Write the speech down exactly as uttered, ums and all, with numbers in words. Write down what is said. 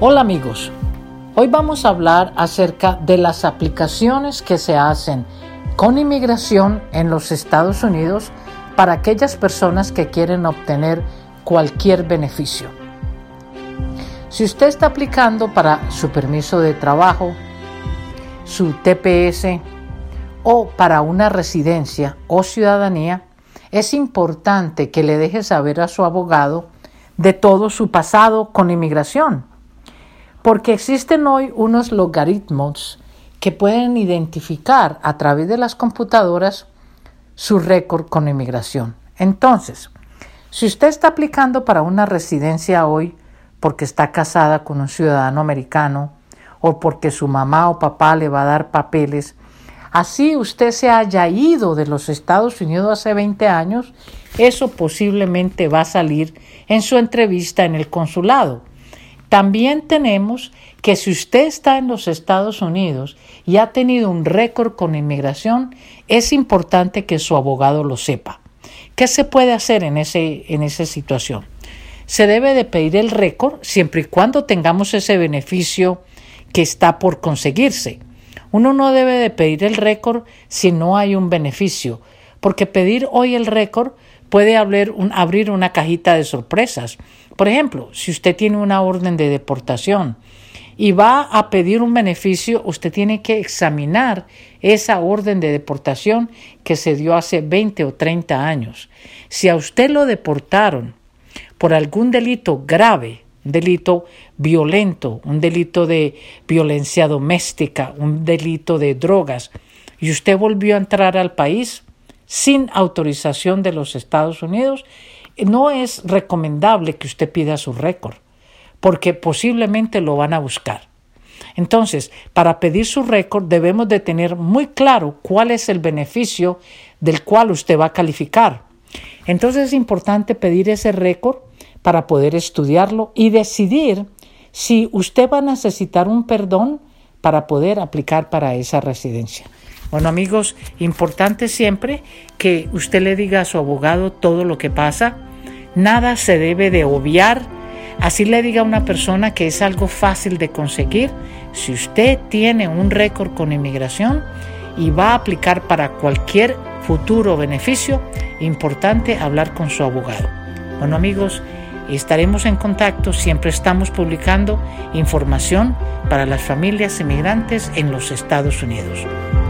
Hola amigos, hoy vamos a hablar acerca de las aplicaciones que se hacen con inmigración en los Estados Unidos para aquellas personas que quieren obtener cualquier beneficio. Si usted está aplicando para su permiso de trabajo, su T P S o para una residencia o ciudadanía, es importante que le deje saber a su abogado de todo su pasado con inmigración, porque existen hoy unos logaritmos que pueden identificar a través de las computadoras su récord con inmigración. Entonces, si usted está aplicando para una residencia hoy porque está casada con un ciudadano americano o porque su mamá o papá le va a dar papeles, así usted se haya ido de los Estados Unidos hace veinte años, eso posiblemente va a salir en su entrevista en el consulado. También tenemos que si usted está en los Estados Unidos y ha tenido un récord con inmigración, es importante que su abogado lo sepa. ¿Qué se puede hacer en, ese, en esa situación? Se debe de pedir el récord siempre y cuando tengamos ese beneficio que está por conseguirse. Uno no debe de pedir el récord si no hay un beneficio, porque pedir hoy el récord puede abrir, un, abrir una cajita de sorpresas. Por ejemplo, si usted tiene una orden de deportación y va a pedir un beneficio, usted tiene que examinar esa orden de deportación que se dio hace veinte o treinta años. Si a usted lo deportaron por algún delito grave, un delito violento, un delito de violencia doméstica, un delito de drogas, y usted volvió a entrar al país sin autorización de los Estados Unidos, no es recomendable que usted pida su récord, porque posiblemente lo van a buscar. Entonces, para pedir su récord debemos de tener muy claro cuál es el beneficio del cual usted va a calificar. Entonces es importante pedir ese récord para poder estudiarlo y decidir si usted va a necesitar un perdón para poder aplicar para esa residencia. Bueno amigos, importante siempre que usted le diga a su abogado todo lo que pasa. Nada se debe de obviar. Así le diga a una persona que es algo fácil de conseguir. Si usted tiene un récord con inmigración y va a aplicar para cualquier futuro beneficio, importante hablar con su abogado. Bueno amigos, estaremos en contacto. Siempre estamos publicando información para las familias inmigrantes en los Estados Unidos.